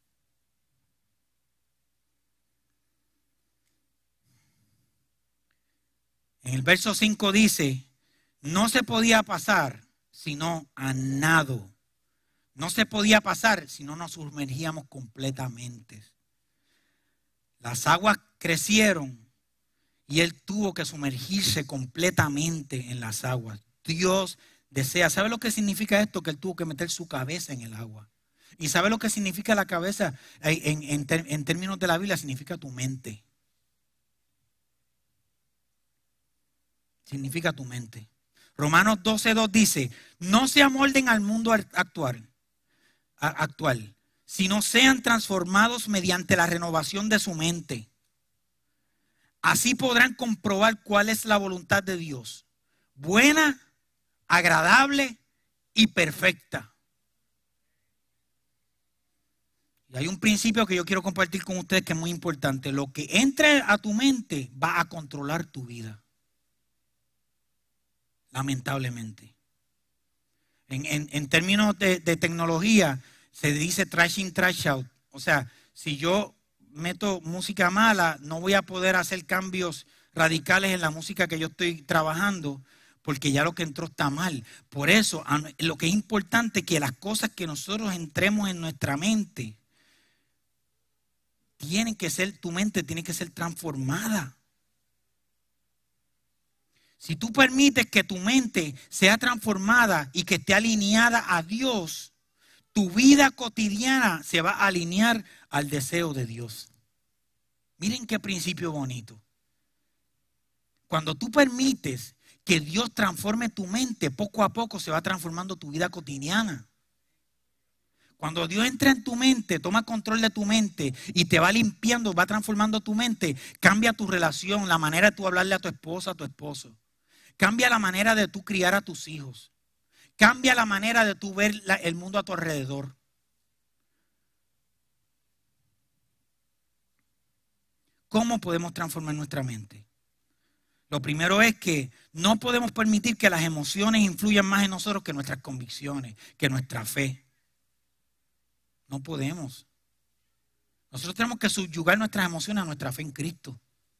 En el verso cinco dice, no se podía pasar sino a nado. No se podía pasar si no nos sumergíamos completamente. Las aguas crecieron y él tuvo que sumergirse completamente en las aguas. Dios desea. ¿Sabe lo que significa esto? Que él tuvo que meter su cabeza en el agua. ¿Y sabe lo que significa la cabeza? En, en, en términos de la Biblia significa tu mente. Significa tu mente. Romanos doce dos dice, no se amolden al mundo actual, actual, sino sean transformados mediante la renovación de su mente. Así podrán comprobar cuál es la voluntad de Dios, buena, agradable y perfecta. Y hay un principio que yo quiero compartir con ustedes que es muy importante. Lo que entre a tu mente va a controlar tu vida. Lamentablemente. En, en, en términos de, de tecnología, se dice trash in, trash out. O sea, si yo meto música mala, no voy a poder hacer cambios radicales en la música que yo estoy trabajando, porque ya lo que entró está mal. Por eso, lo que es importante es que las cosas que nosotros entremos en nuestra mente, tienen que ser, tu mente tiene que ser transformada. Si tú permites que tu mente sea transformada y que esté alineada a Dios, tu vida cotidiana se va a alinear al deseo de Dios. Miren qué principio bonito. Cuando tú permites que Dios transforme tu mente, poco a poco se va transformando tu vida cotidiana. Cuando Dios entra en tu mente, toma control de tu mente y te va limpiando, va transformando tu mente, cambia tu relación, la manera de tú hablarle a tu esposa, a tu esposo. Cambia la manera de tú criar a tus hijos. Cambia la manera de tú ver la, el mundo a tu alrededor. ¿Cómo podemos transformar nuestra mente? Lo primero es que no podemos permitir que las emociones influyan más en nosotros que nuestras convicciones, que nuestra fe. No podemos. Nosotros tenemos que subyugar nuestras emociones a nuestra fe en Cristo.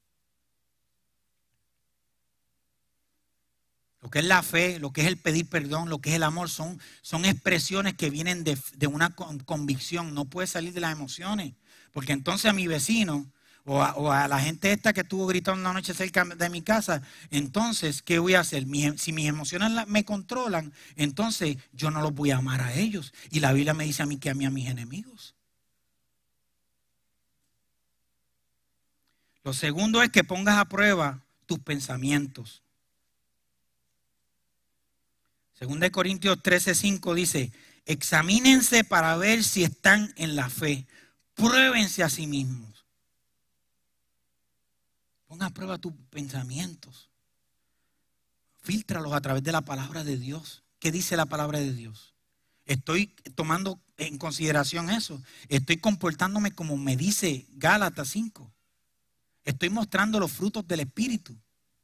Lo que es la fe, lo que es el pedir perdón, lo que es el amor, son, son expresiones que vienen de, de una convicción. No puede salir de las emociones. Porque entonces a mi vecino o a, o a la gente esta que estuvo gritando una noche cerca de mi casa, entonces, ¿qué voy a hacer? Mi, si mis emociones me controlan, entonces yo no los voy a amar a ellos. Y la Biblia me dice a mí que ame a mis enemigos. Lo segundo es que pongas a prueba tus pensamientos. Segunda de Corintios trece cinco dice, examínense para ver si están en la fe. Pruébense a sí mismos. Ponga a prueba tus pensamientos. Fíltralos a través de la palabra de Dios. ¿Qué dice la palabra de Dios? Estoy tomando en consideración eso. Estoy comportándome como me dice Gálatas cinco. Estoy mostrando los frutos del Espíritu.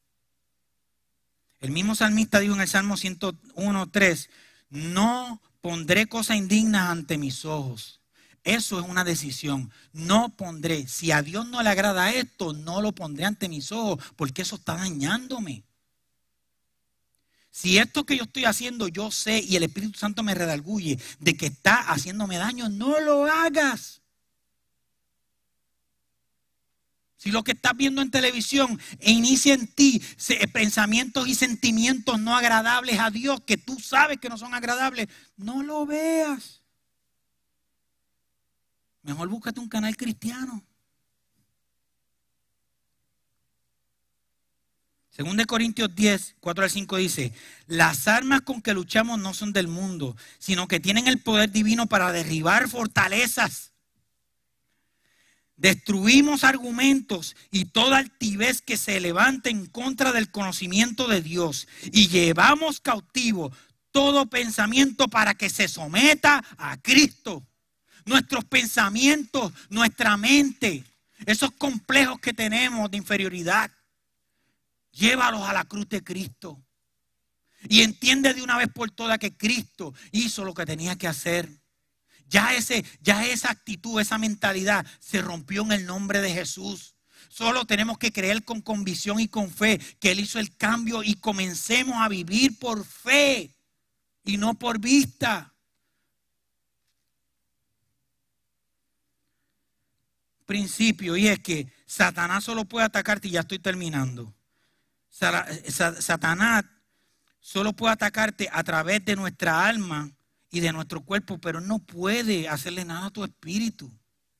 El mismo salmista dijo en el Salmo ciento uno, tres, no pondré cosas indignas ante mis ojos. Eso es una decisión. No pondré. Si a Dios no le agrada esto, no lo pondré ante mis ojos, porque eso está dañándome. Si esto que yo estoy haciendo, yo sé y el Espíritu Santo me redarguye de que está haciéndome daño, no lo hagas. Si lo que estás viendo en televisión e inicia en ti pensamientos y sentimientos no agradables a Dios, que tú sabes que no son agradables, no lo veas. Mejor búscate un canal cristiano. Según de Corintios diez, cuatro al cinco dice, las armas con que luchamos no son del mundo, sino que tienen el poder divino para derribar fortalezas. Destruimos argumentos y toda altivez que se levante en contra del conocimiento de Dios y llevamos cautivo todo pensamiento para que se someta a Cristo. Nuestros pensamientos, nuestra mente, esos complejos que tenemos de inferioridad, llévalos a la cruz de Cristo y entiende de una vez por todas que Cristo hizo lo que tenía que hacer. Ya, ese, ya esa actitud, esa mentalidad se rompió en el nombre de Jesús. Solo tenemos que creer con convicción y con fe que Él hizo el cambio y comencemos a vivir por fe y no por vista. Principio, y es que Satanás solo puede atacarte, y ya estoy terminando. Satanás solo puede atacarte a través de nuestra alma y de nuestro cuerpo, pero no puede hacerle nada a tu espíritu.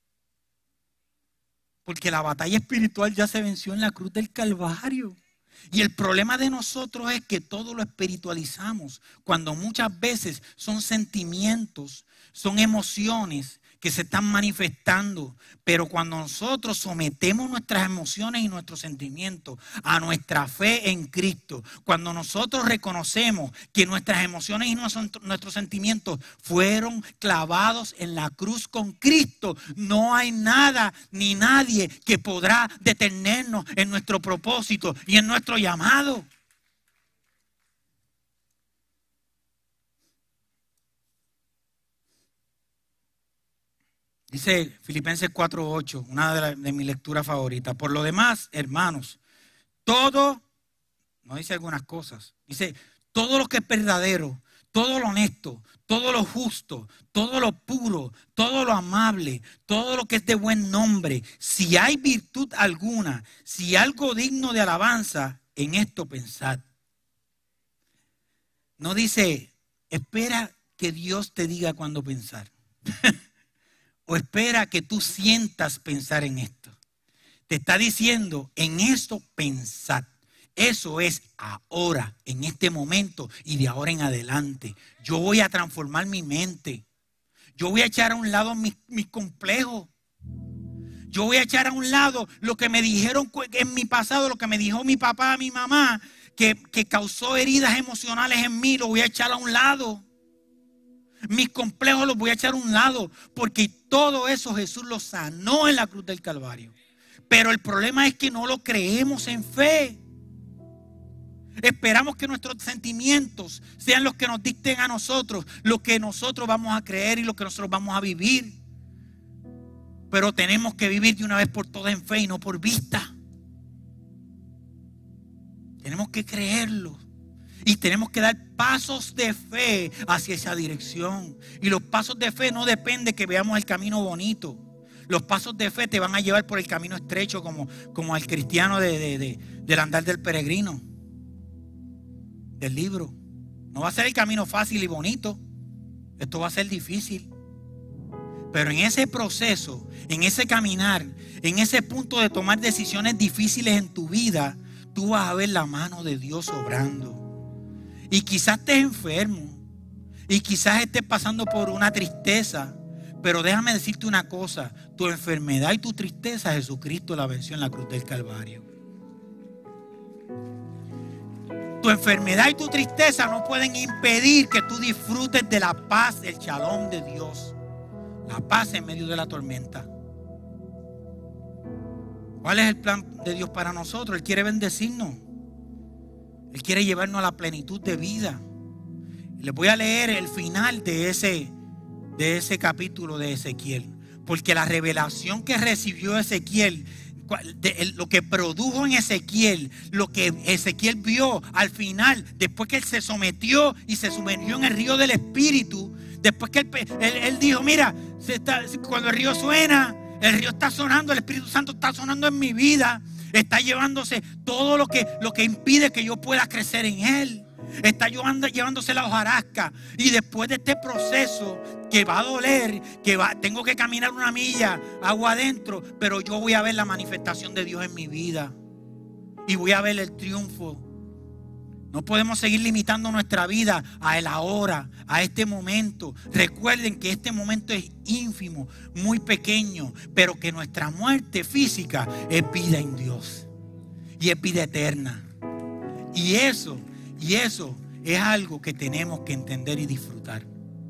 Porque la batalla espiritual ya se venció en la cruz del Calvario. Y el problema de nosotros es que todo lo espiritualizamos, cuando muchas veces son sentimientos, son emociones que se están manifestando. Pero cuando nosotros sometemos nuestras emociones y nuestros sentimientos a nuestra fe en Cristo, cuando nosotros reconocemos que nuestras emociones y nuestros sentimientos fueron clavados en la cruz con Cristo, no hay nada ni nadie que podrá detenernos en nuestro propósito y en nuestro llamado. Dice Filipenses cuatro ocho, una de, la, de mis lecturas favoritas. Por lo demás, hermanos, todo, no dice algunas cosas, dice todo lo que es verdadero, todo lo honesto, todo lo justo, todo lo puro, todo lo amable, todo lo que es de buen nombre, si hay virtud alguna, si algo digno de alabanza, en esto pensad. No dice, espera que Dios te diga cuándo pensar. O espera que tú sientas pensar en esto. Te está diciendo, en esto pensad. Eso es ahora, en este momento y de ahora en adelante. Yo voy a transformar mi mente. Yo voy a echar a un lado mis, mis complejos. Yo voy a echar a un lado lo que me dijeron en mi pasado, lo que me dijo mi papá, mi mamá, que, que causó heridas emocionales en mí, lo voy a echar a un lado. Mis complejos los voy a echar a un lado, porque todo eso Jesús lo sanó en la cruz del Calvario. Pero el problema es que no lo creemos en fe. Esperamos que nuestros sentimientos sean los que nos dicten a nosotros lo que nosotros vamos a creer y lo que nosotros vamos a vivir. Pero tenemos que vivir de una vez por todas en fe y no por vista. Tenemos que creerlo. Y tenemos que dar pasos de fe hacia esa dirección. Y los pasos de fe no depende que veamos el camino bonito. Los pasos de fe te van a llevar por el camino estrecho, como, como al cristiano de, de, de, del andar del peregrino, del libro. No va a ser el camino fácil y bonito. Esto va a ser difícil. Pero en ese proceso, en ese caminar, en ese punto de tomar decisiones difíciles en tu vida, tú vas a ver la mano de Dios obrando. Y quizás estés enfermo, y quizás estés pasando por una tristeza, pero déjame decirte una cosa, tu enfermedad y tu tristeza Jesucristo la venció en la cruz del Calvario. Tu Tu enfermedad y tu tristeza no pueden impedir que tú disfrutes de la paz, el shalom de Dios. La paz en medio de la tormenta. ¿Cuál es el plan de Dios para nosotros? Él quiere bendecirnos. Él quiere llevarnos a la plenitud de vida. Les voy a leer el final de ese, de ese capítulo de Ezequiel. Porque la revelación que recibió Ezequiel, lo que produjo en Ezequiel, lo que Ezequiel vio al final, después que él se sometió y se sumergió en el río del Espíritu, después que él, él, él dijo, mira, se está, cuando el río suena, el río está sonando, el Espíritu Santo está sonando en mi vida, está llevándose todo lo que, lo que impide que yo pueda crecer en Él. Está llevando, llevándose la hojarasca. Y después de este proceso que va a doler, que va, tengo que caminar una milla agua adentro, pero yo voy a ver la manifestación de Dios en mi vida y voy a ver el triunfo. No podemos seguir limitando nuestra vida a el ahora, a este momento. Recuerden que este momento es ínfimo, muy pequeño, pero que nuestra muerte física es vida en Dios y es vida eterna. Y eso Y eso es algo que tenemos que entender y disfrutar.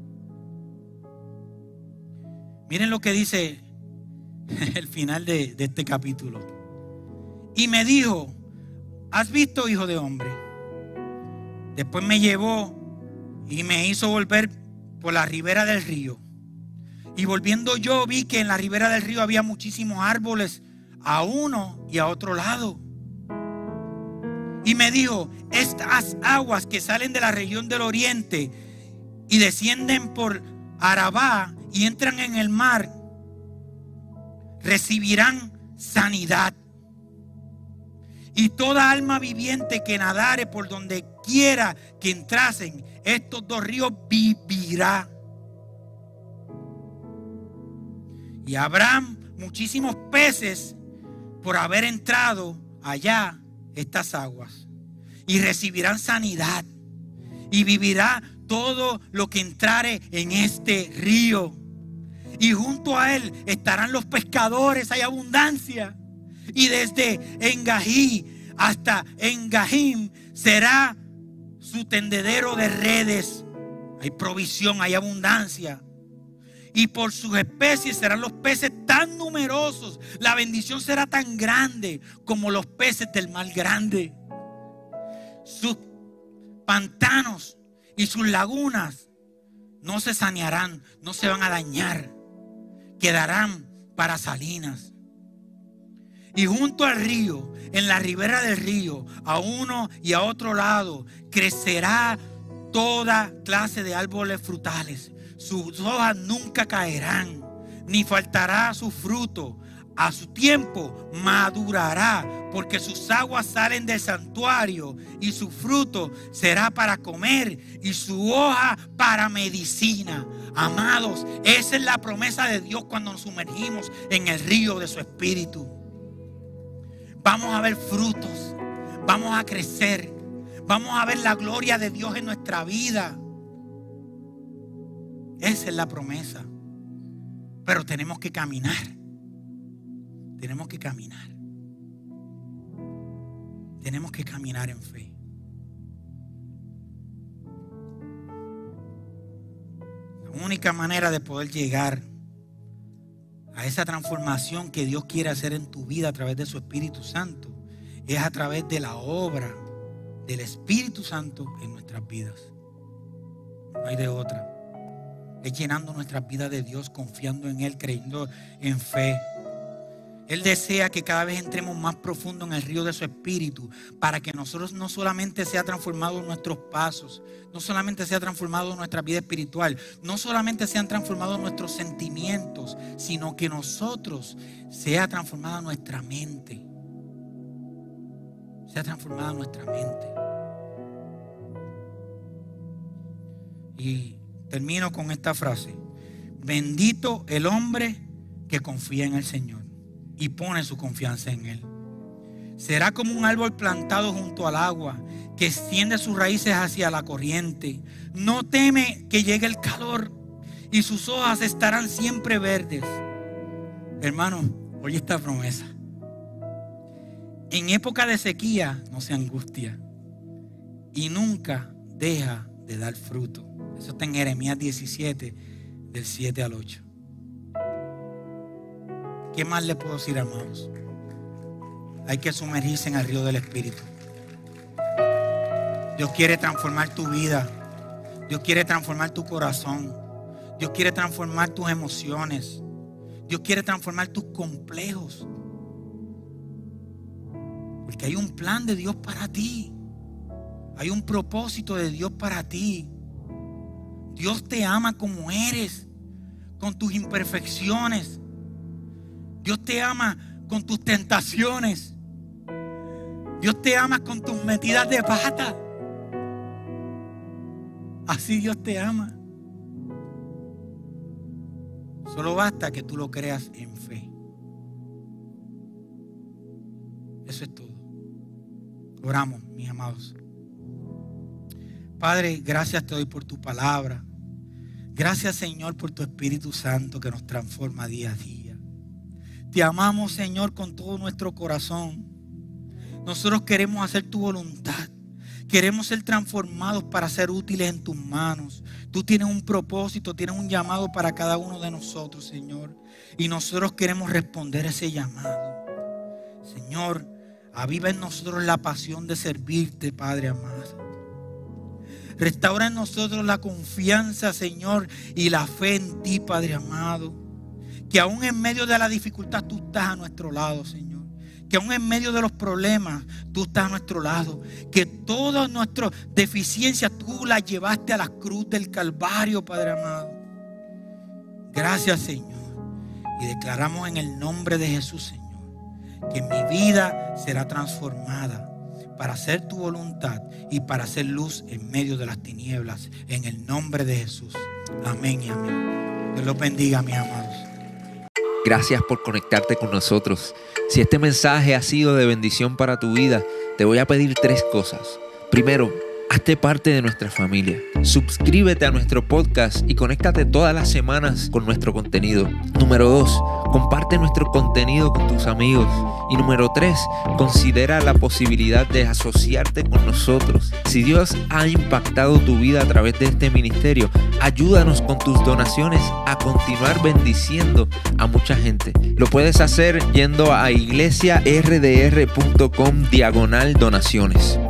Miren lo que dice el final de, de este capítulo. Y me dijo, ¿has visto, hijo de hombre? Después me llevó y me hizo volver por la ribera del río. Y volviendo yo vi que en la ribera del río había muchísimos árboles a uno y a otro lado. Y me dijo, estas aguas que salen de la región del oriente y descienden por Arabá y entran en el mar, recibirán sanidad. Y toda alma viviente que nadare por donde quiera que entrasen estos dos ríos vivirá. Y habrá muchísimos peces por haber entrado allá estas aguas, y recibirán sanidad, y vivirá todo lo que entrare en este río. Y junto a él estarán los pescadores, hay abundancia. Y desde Engají hasta Engahim será su tendedero de redes. Hay provisión, hay abundancia. Y por sus especies serán los peces tan numerosos. La bendición será tan grande como los peces del mar grande. Sus pantanos y sus lagunas no se sanearán, no se van a dañar. Quedarán para salinas. Y junto al río, en la ribera del río, a uno y a otro lado, crecerá toda clase de árboles frutales. Sus hojas nunca caerán, ni faltará su fruto. A su tiempo madurará, porque sus aguas salen del santuario, y su fruto será para comer, y su hoja para medicina. Amados, esa es la promesa de Dios cuando nos sumergimos en el río de su Espíritu. Vamos a ver frutos, vamos a crecer, vamos a ver la gloria de Dios en nuestra vida. Esa es la promesa. Pero tenemos que caminar. Tenemos que caminar. Tenemos que caminar en fe. La única manera de poder llegar a esa transformación que Dios quiere hacer en tu vida a través de su Espíritu Santo es a través de la obra del Espíritu Santo en nuestras vidas. No hay de otra. Es llenando nuestras vidas de Dios, confiando en Él, creyendo en fe. Él desea que cada vez entremos más profundo en el río de su Espíritu, para que nosotros no solamente sea transformado nuestros pasos, no solamente sea transformado nuestra vida espiritual, no solamente sean transformados nuestros sentimientos, sino que nosotros sea transformada nuestra mente. Sea transformada nuestra mente. Y termino con esta frase. Bendito el hombre que confía en el Señor y pone su confianza en Él. Será como un árbol plantado junto al agua, que extiende sus raíces hacia la corriente. No teme que llegue el calor, y sus hojas estarán siempre verdes. Hermano, oye esta promesa. En época de sequía no se angustia, y nunca deja de dar fruto. Eso está en Jeremías diecisiete, del siete al ocho. ¿Qué más le puedo decir, amados? Hay que sumergirse en el río del Espíritu. Dios quiere transformar tu vida. Dios quiere transformar tu corazón. Dios quiere transformar tus emociones. Dios quiere transformar tus complejos. Porque hay un plan de Dios para ti. Hay un propósito de Dios para ti. Dios te ama como eres, con tus imperfecciones. Dios te ama con tus tentaciones. Dios te ama con tus metidas de pata. Así Dios te ama. Solo basta que tú lo creas en fe. Eso es todo. Oramos, mis amados. Padre, gracias te doy por tu palabra. Gracias, Señor, por tu Espíritu Santo que nos transforma día a día. Te amamos, Señor, con todo nuestro corazón. Nosotros queremos hacer tu voluntad. Queremos ser transformados para ser útiles en tus manos. Tú tienes un propósito, tienes un llamado para cada uno de nosotros, Señor. Y nosotros queremos responder a ese llamado. Señor, aviva en nosotros la pasión de servirte, Padre amado. Restaura en nosotros la confianza, Señor, y la fe en ti, Padre amado. Que aún en medio de la dificultad tú estás a nuestro lado, Señor. Que aún en medio de los problemas tú estás a nuestro lado. Que todas nuestras deficiencias tú las llevaste a la cruz del Calvario, Padre amado. Gracias, Señor. Y declaramos en el nombre de Jesús, Señor, que mi vida será transformada para hacer tu voluntad y para hacer luz en medio de las tinieblas. En el nombre de Jesús. Amén y amén. Dios los bendiga, mis amados. Gracias por conectarte con nosotros. Si este mensaje ha sido de bendición para tu vida, te voy a pedir tres cosas. Primero, hazte parte de nuestra familia. Suscríbete a nuestro podcast y conéctate todas las semanas con nuestro contenido. Número dos, comparte nuestro contenido con tus amigos. Y número tres, considera la posibilidad de asociarte con nosotros. Si Dios ha impactado tu vida a través de este ministerio, ayúdanos con tus donaciones a continuar bendiciendo a mucha gente. Lo puedes hacer yendo a iglesia r d r punto com diagonal donaciones.